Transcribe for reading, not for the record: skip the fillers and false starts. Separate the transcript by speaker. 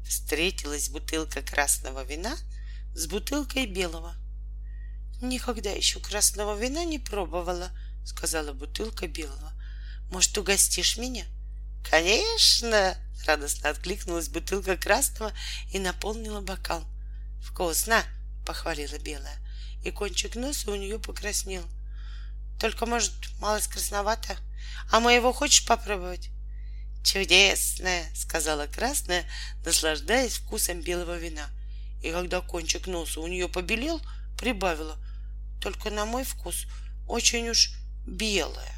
Speaker 1: встретилась бутылка красного вина с бутылкой белого. «Никогда еще красного вина не пробовала», — сказала бутылка белого. «Может, угостишь меня?» «Конечно!» — радостно откликнулась бутылка красного и наполнила бокал. «Вкусно!» — похвалила белая, и кончик носа у нее покраснел. «Только, может, малость красновато? А моего хочешь попробовать?» «Чудесное!» — сказала красная, наслаждаясь вкусом белого вина. И когда кончик носа у нее побелел, прибавила: «Только на мой вкус очень уж белое».